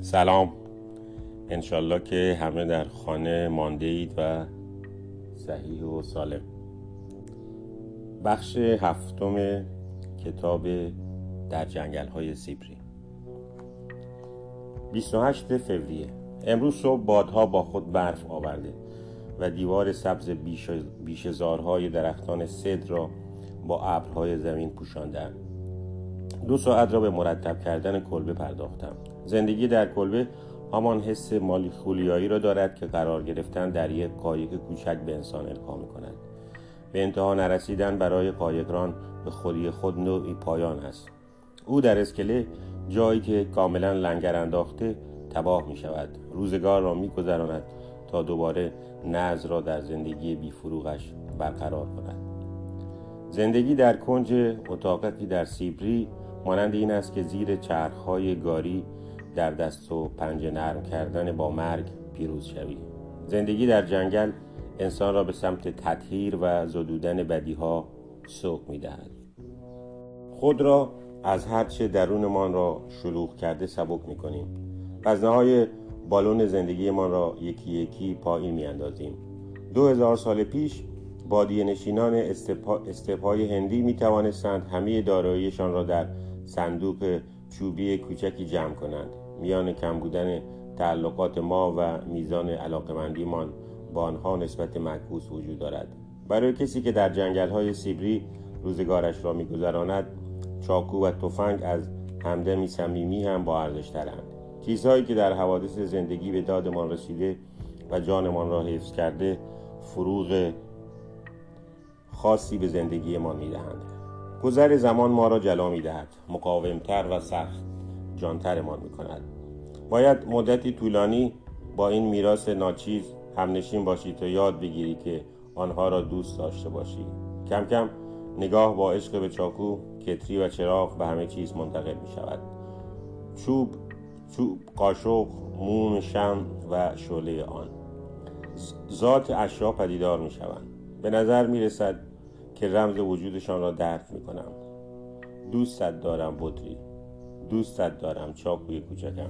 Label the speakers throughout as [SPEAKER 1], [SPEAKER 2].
[SPEAKER 1] سلام. انشالله که همه در خانه مانده اید و صحیح و سالم. بخش هفتم کتاب در جنگل های سیبری. 28 فوریه. امروز صبح بادها با خود برف آورده و دیوار سبز بیشه‌زارهای درختان سدر را با ابرهای زمین پوشاندند. 2 ساعت را به مرتب کردن کلبه پرداختم. زندگی در کلبه همان حس مالیخولیایی را دارد که قرار گرفتن در یک قایق کوچک به انسان القا می‌کند. به انتها نرسیدن برای قایقران به خودی خود نوعی پایان است. او در اسکله، جایی که کاملا لنگر انداخته، تباه می شود. روزگار را می گذراند تا دوباره نظم را در زندگی بیفروغش برقرار کند. زندگی در کنج اتاقکی در سیبری مانند این است که زیر چرخهای گاری در دست و پنجه نرم کردن با مرگ پیروز شوی. زندگی در جنگل انسان را به سمت تطهیر و زدودن بدیها سوق می دهد. خود را از هرچه درونمان را شلوغ کرده سبک می کنیم. وزنه‌های بالون زندگیمان را یکی یکی پایین می اندازیم. 2000 سال پیش بادیه نشینان استپ‌های هندی می توانستند همه داراییشان را در صندوق چوبی کوچکی جمع کنند. میان کم بودن تعلقات ما و میزان علاقمندیمان با آنها نسبت معکوس وجود دارد. برای کسی که در جنگل‌های سیبری روزگارش را می‌گذراند، چاقو و تفنگ از همدمی صمیمی هم با ارزش‌ترند. چیزهایی که در حوادث زندگی به دادمان رسیده و جانمان را حفظ کرده، فروغ خاصی به زندگیمان می‌دهند. گذر زمان ما را جلا می‌دهد، مقاوم‌تر و سخت جان‌ترمان می‌کند. باید مدتی طولانی با این میراث ناچیز همنشین باشی تا یاد بگیری که آنها را دوست داشته باشی. کم کم نگاه با عشق به چاقو، کتری و چراغ به همه چیز منتقل می‌شود. چوب، قاشق، موم شمع و شعله آن. ذات اشیا پدیدار می‌شوند. به نظر می‌رسد که رمز وجودشان را درک می‌کنم. دوستت دارم بطری، دوستت دارم چاقوی کوچکم،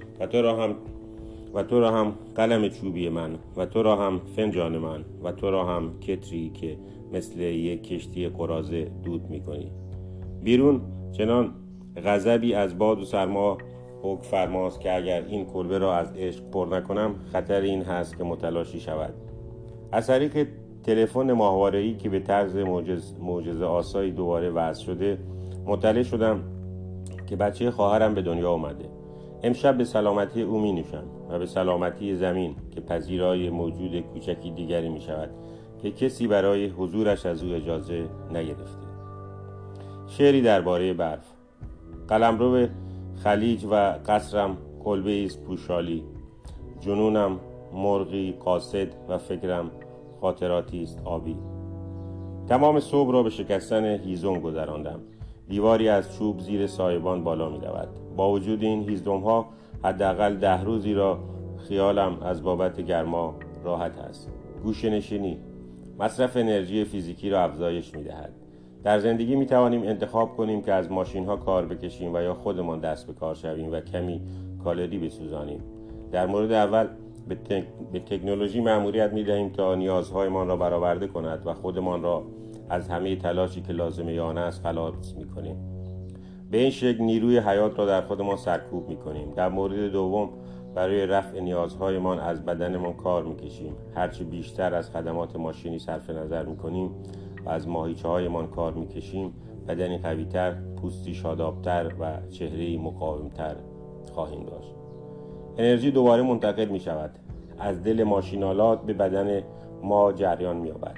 [SPEAKER 1] و تو را هم قلم چوبی من، و تو را هم فنجان من، و تو را هم کتری که مثل یک کشتی قراضه دود می‌کنی. بیرون چنان غضبی از باد و سرما حکم فرماست که اگر این کلبه را از عشق پر نکنم، خطر این هست که متلاشی شود. از طریق تلفن ماهواره‌ای که به طرز معجزه آسایی دوباره وضع شده، مطلع شدم که بچه خواهرم به دنیا آمده. امشب به سلامتی او می نوشم و به سلامتی زمین که پذیرای موجود کوچکی دیگری می شود که کسی برای حضورش از او اجازه نگرفته. شعری درباره برف. قلمرو خلیج و قصرم کلبه است پوشالی، جنونم مرغی قاصد و فکرم خاطراتی است آبی. تمام صبح را به شکستن هیزم گذراندم. دیواری از چوب زیر سایبان بالا می رود. با وجود این هیزم‌ها حداقل 10 روزی را خیالم از بابت گرما راحت است. گوشه نشینی مصرف انرژی فیزیکی را افزایش می دهد. در زندگی می توانیم انتخاب کنیم که از ماشین‌ها کار بکشیم و یا خودمان دست به کار شویم و کمی کالری بسوزانیم. در مورد اول به تکنولوژی مأموریت می دهیم تا نیازهایمان را برآورده کند و خودمان را از همه تلاشی که لازمه آن است خلاص می کنیم. به این شکل نیروی حیات را در خودمان سرکوب می کنیم. در مورد دوم برای رفع نیازهایمان از بدنمان کار می کشیم. هرچه بیشتر از خدمات ماشینی صرف نظر می کنیم و از ماهیچه هایمان کار می کشیم، بدنی قوی‌تر، پوستی شادابتر و چهره‌ای مقاومتر خواهیم داشت. انرژی دوباره منتقل می شود. از دل ماشینالات به بدن ما جریان می یابد.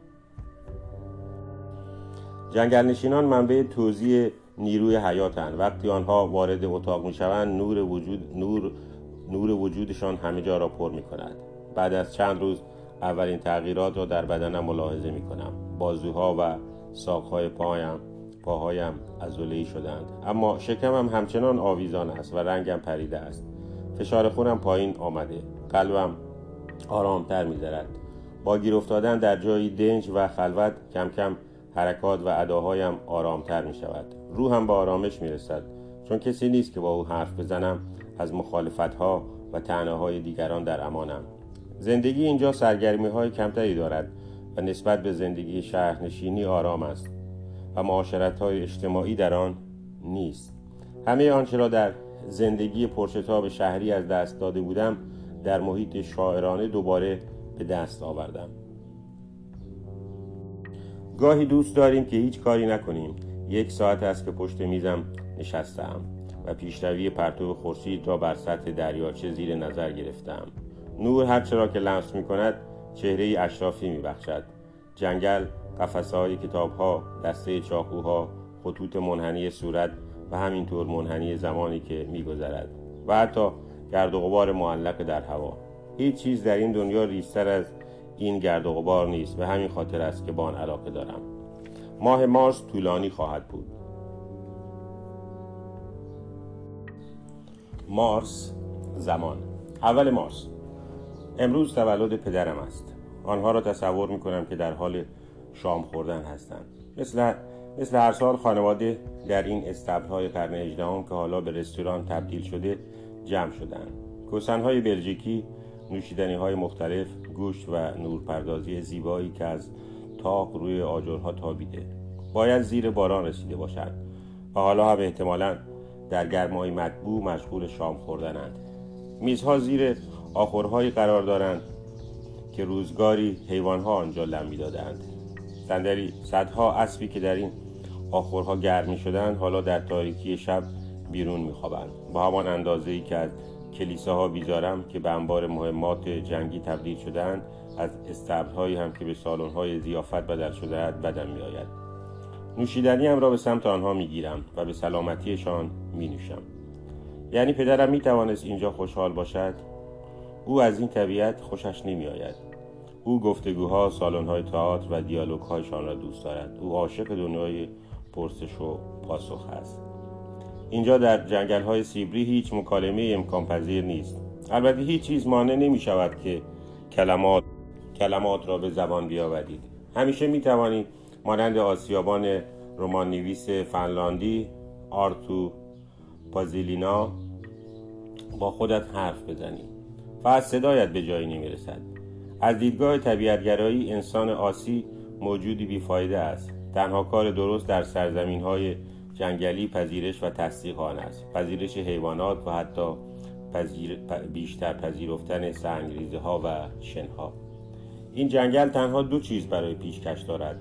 [SPEAKER 1] جنگل نشینان منبع توزیع نیروی حیاتند. وقتی آنها وارد اتاق می شوند، نور وجودشان همه جا را پر می کند. بعد از چند روز اولین تغییرات را در بدنم ملاحظه می کنم. بازوها و ساقهای پاهایم عضله‌ای شدند، اما شکمم همچنان آویزان است و رنگم پریده است. فشار خونم پایین آمده. قلبم آرامتر می زند. با گیر افتادن در جایی دنج و خلوت کم کم حرکات و اداهایم آرامتر می شود. روحم به آرامش می رسد، چون کسی نیست که با او حرف بزنم از مخالفت‌ها و طعنه‌های دیگران در امانم. زندگی اینجا سرگرمی‌های کمتری دارد و نسبت به زندگی شهرنشینی آرام است و معاشرت‌های اجتماعی در آن نیست. همه آنچه را در زندگی پرشتاب شهری از دست داده بودم در محیط شاعرانه دوباره به دست آوردم. گاهی دوست داریم که هیچ کاری نکنیم. 1 ساعت است که پشت میزم نشستم و پیشروی پرتو خورشید را بر سطح دریاچه زیر نظر گرفتم. نور هر چرا که لمس می‌کند چهره‌ای اشرافی می‌بخشد. جنگل، قفسه‌های کتاب‌ها، دسته چاقوها، خطوط منحنی صورت و همینطور منحنی زمانی که می‌گذرد و حتی گرد و غبار معلق در هوا. هیچ چیز در این دنیا ریزتر از این گرد و غبار نیست. به همین خاطر است که به آن علاقه دارم. ماه مارس طولانی خواهد بود. مارس، زمان. اول مارس. امروز تولد پدرم است. آنها را تصور می‌کنم که در حال شام خوردن هستند. مثل هر سال خانواده در این استبل‌های قرن 18 که حالا به رستوران تبدیل شده جمع شدند. گوسن‌های بلژیکی، نوشیدنی‌های مختلف، گوشت و نورپردازی زیبایی که از طاق روی آجرها تابیده. باید زیر باران رسیده باشد و حالا هم احتمالاً در گرمای مطبوع مشغول شام خوردنند. میزها زیر آخرهایی قرار دارند که روزگاری حیوانها آنجا لم می‌دادند. صندلی صدها اسبی که در این آخرها گرم می‌شدند حالا در تاریکی شب بیرون می‌خوابند. با همان اندازه‌ای که از کلیساها بیزارم که به انبار مهمات جنگی تبدیل شدند، از استبل‌هایی هم که به سالن‌های ضیافت بدل شده‌اند بدم می‌آید. نوشیدنیم را به سمت آنها می‌گیرم و به سلامتیشان می‌نوشم. یعنی پدرم می‌توانست اینجا خوشحال باشد؟ او از این طبیعت خوشش نمی‌آید. او گفتگوها، سالن‌های تئاتر و دیالوگ‌هایشان را دوست دارد. او عاشق دنیای پرسش و پاسخ است. اینجا در جنگل‌های سیبری هیچ مکالمه امکان پذیر نیست. البته هیچ چیز مانع نمی‌شود که کلمات را به زبان بیاورید. همیشه می‌توانید مانند آسیابان رمان نویس فنلاندی آرتو پازیلینا با خودت حرف بزنی. فقط صدایت به جایی نمی‌رسد. از دیدگاه طبیعت‌گرایی انسان آسی موجودی بیفایده است. تنها کار درست در سرزمین‌های جنگلی پذیرش و تصدیق آن است. پذیرش حیوانات و حتی بیشتر پذیرفتن سنگریزه‌ها و شن‌ها. این جنگل تنها 2 چیز برای پیشکش دارد: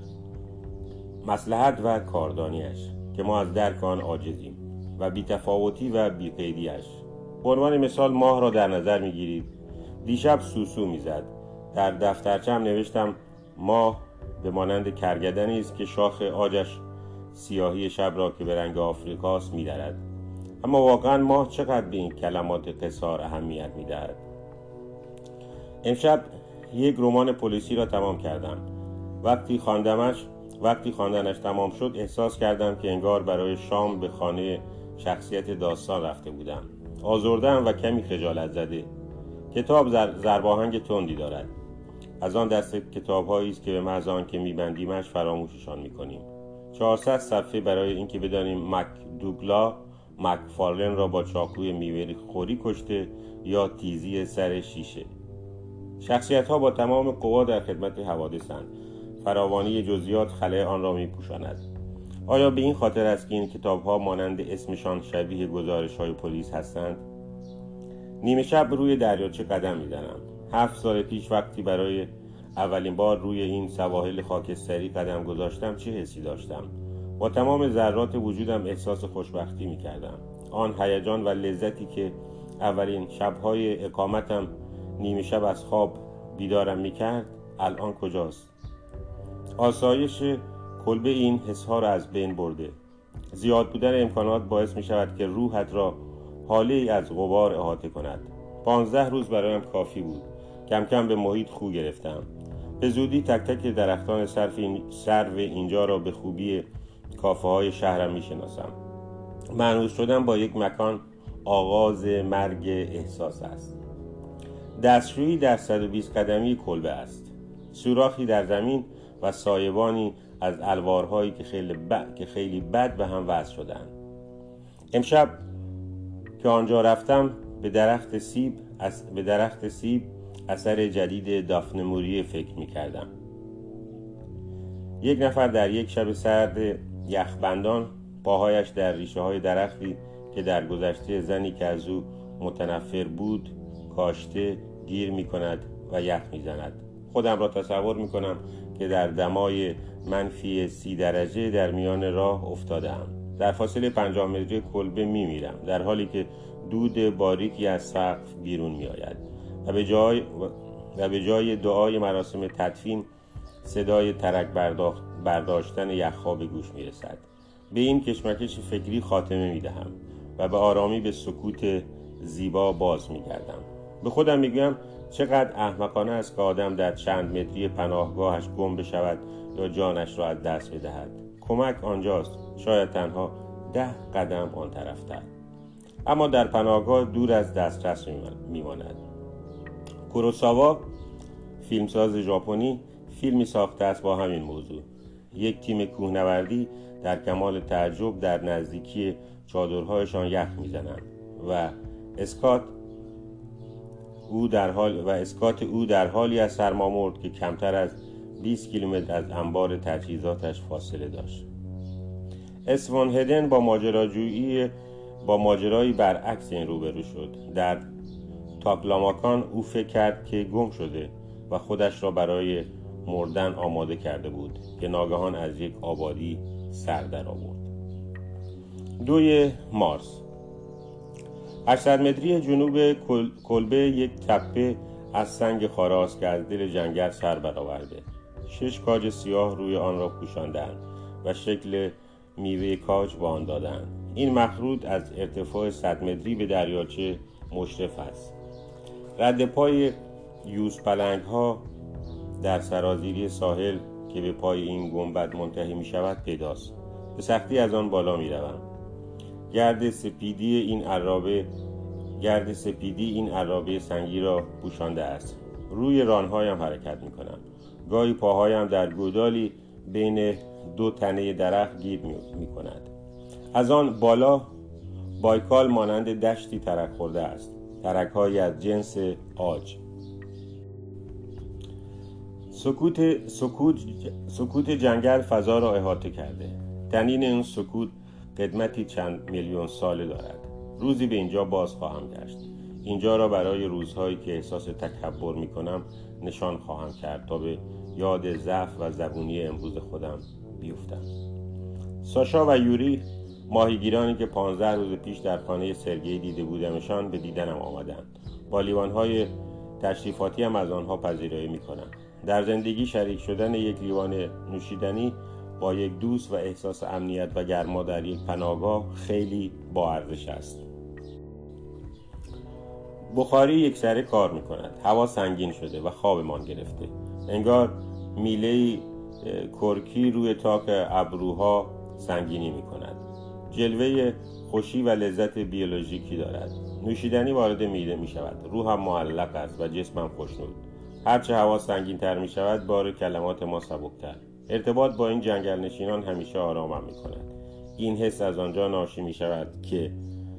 [SPEAKER 1] مصلحت و کاردانیش که ما از درک آن عاجزیم، و بی‌تفاوتی و بی‌قیدیش. به عنوان مثال ماه را در نظر می‌گیرید. دیشب سوسو می‌زد. در دفترچه‌ام نوشتم ماه به مانند کرگدنی است که شاخ عاجش سیاهی شب را که به رنگ آفریقاست می‌درد. اما واقعاً ماه چقدر به این کلمات قصار اهمیت می‌دهد؟ امشب یک رمان پلیسی را تمام کردم. وقتی خواندنش تمام شد احساس کردم که انگار برای شام به خانه شخصیت داستان رفته بودم. آزرده‌ام و کمی خجالت زده. کتاب ضرباهنگ تندی دارد. از آن دست کتاب‌هایی است که به محض آنکه می‌بندیمش فراموششان می‌کنیم. 400 صفحه برای اینکه بدانیم مکفارلن را با چاقوی میوه خوری کشته یا تیزی سر شیشه. شخصیت‌ها با تمام قوا در خدمت حوادث‌اند. فراوانی جزئیات خلأ آن را می‌پوشاند. آیا به این خاطر است که این کتاب‌ها مانند اسمشان شبیه گزارش‌های پلیس هستند؟ نیمه شب روی دریاچه قدم می‌زنم. 7 سال پیش وقتی برای اولین بار روی این سواحل خاکستری قدم گذاشتم چه حسی داشتم؟ با تمام ذرات وجودم احساس خوشبختی می‌کردم. آن هیجان و لذتی که اولین شب‌های اقامتم نیمه شب از خواب بیدارم می‌کرد الان کجاست؟ آسایش کلبه این حس‌ها را از بین برده. زیاد بودن امکانات باعث می‌شود که روحت را حاله‌ای از غبار احاطه کند. 15 روز برایم کافی بود. کم کم به محیط خو گرفتم. به زودی تک تک درختان سرو اینجا را به خوبی کافه‌های شهرم می‌شناسم. مانوس شدن با یک مکان آغاز مرگ احساس است. دستشویی در 120 قدمی کلبه است. سوراخی در زمین و سایبانی از الوارهایی که خیلی بد به هم وصل شدند. امشب که آنجا رفتم به درخت سیب اثر جدید دافن موریه فکر می کردم. یک نفر در یک شب سرد یخبندان پاهایش در ریشه های درختی که در گذشته زنی که از او متنفر بود کاشته گیر می کند و یخ می زند. خودم را تصور می کنم که در دمای -30 درجه در میان راه افتادم. در فاصله 50 متری کلبه می میرم در حالی که دود باریکی از سقف بیرون می آید و به جای دعای مراسم تدفین صدای ترک برداشتن یخها به گوش می رسد. به این کشمکش فکری خاتمه می دهم و به آرامی به سکوت زیبا باز می گردم. به خودم می گویم چقدر احمقانه است که آدم در چند متری پناهگاهش گم بشود یا جانش را از دست بدهد. کمک آنجاست، شاید تنها 10 قدم آن طرفتر، اما در پناهگاه دور از دسترس می ماند. کوروساوا فیلمساز ژاپنی فیلمی ساخته است با همین موضوع. یک تیم کوهنوردی در کمال تعجب در نزدیکی چادرهایشان یخ میزنند و اسکات او در حالی از سرما مرد که کمتر از 20 کیلومتر از انبار تجهیزاتش فاصله داشت. اسوان هدن با ماجرایی برعکس این روبرو شد. در تاکلاماکان او فکر کرد که گم شده و خودش را برای مردن آماده کرده بود که ناگهان از یک آبادی سر در آورد. 2 مارس 800 متری جنوب کلبه یک تپه از سنگ خاراست که از دل جنگل سر برآورده. 6 کاج سیاه روی آن را پوشاندند و شکل میوه کاج با آن دادند. این مخروط از ارتفاع 100 متری به دریاچه مشرف است. رد پای یوزپلنگ ها در سرازیری ساحل که به پای این گنبد منتهی می شود پیداست. به سختی از آن بالا می روم. گرد سپیدی این عرابه سنگی را پوشانده است. روی رانهایم حرکت می کنم. گاهی پاهایم در گودالی بین 2 تنه درخت گیر می کند. از آن بالا بایکال مانند دشتی ترک خورده است. ترک‌هایی از جنس عاج. سکوت جنگل فضا را احاطه کرده. تنین این سکوت قدمتی چند میلیون ساله دارد. روزی به اینجا باز خواهم گشت. اینجا را برای روزهایی که احساس تکبر می‌کنم نشان خواهم کرد تا به یاد ضعف و زبونی امروز خودم بیفتم. ساشا و یوری ماهیگیرانی که 15 روز پیش در خانه سرگئی دیده بودمشان به دیدنم آمدند. با لیوان‌های تشریفاتی هم از آنها پذیرایی می‌کنم. در زندگی شریک شدن یک لیوان نوشیدنی با یک دوست و احساس امنیت و گرما در یک پناهگاه خیلی با ارزش است. بخاری یک سره کار می‌کند. هوا سنگین شده و خوابمان گرفته. انگار میله کرکی روی تاک ابروها سنگینی می‌کند. جلوه خوشی و لذت بیولوژیکی دارد. نوشیدنی وارد معده می‌شود. روحم معلق است و جسمم خوشنود. هرچه هوا سنگین تر می شود بار کلمات ما سبکتر. ارتباط با این جنگل نشینان همیشه آرامم می کند. این حس از آنجا ناشی می شود که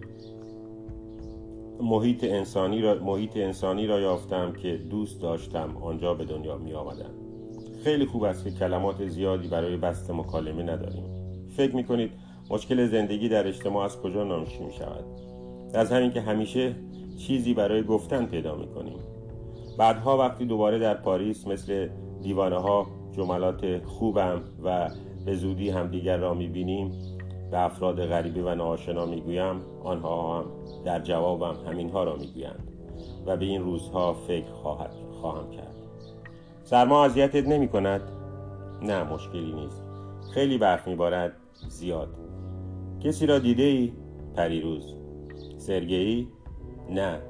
[SPEAKER 1] محیط انسانی را یافتم که دوست داشتم آنجا به دنیا می آمدم. خیلی خوب است که کلمات زیادی برای بسط مکالمه نداریم. فکر می کنید مشکل زندگی در اجتماع از کجا ناشی می شود؟ از همین که همیشه چیزی برای گفتن پیدا می کنیم. بعدها وقتی دوباره در پاریس مثل دیوانه ها جملات خوبم و به زودی همدیگر را میبینیم به افراد غریبه و ناآشنا میگویم، آنها هم در جوابم همینها را میگویند و به این روزها فکر خواهم کرد. سرما اذیتت نمی کند؟ نه، مشکلی نیست. خیلی برف میبارد، زیاد. کسی را دیده ای؟ پریروز. سرگئی؟ نه.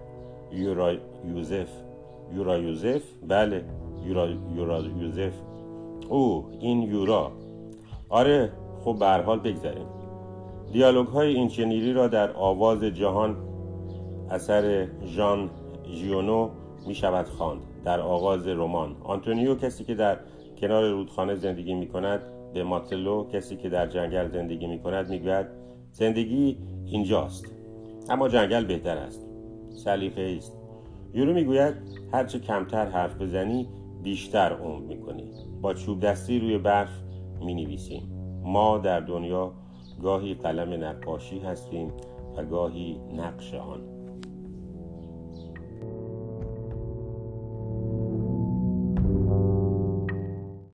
[SPEAKER 1] یورا یوزف؟ بله، یورا یوزف. این یورا. آره، خب به هر حال بگذاریم. دیالوگ های اینچنینی را در آواز جهان اثر ژان ژیونو می شود خواند. در آغاز رمان آنتونیو کسی که در کنار رودخانه زندگی می کند به ماتلو کسی که در جنگل زندگی می کند می گوید زندگی اینجاست، اما جنگل بهتر است. سلیقه است. یورو میگوید هرچه کمتر حرف بزنی بیشتر عمر میکنی. با چوب دستی روی برف مینویسیم. ما در دنیا گاهی قلم نقاشی هستیم و گاهی نقش آن.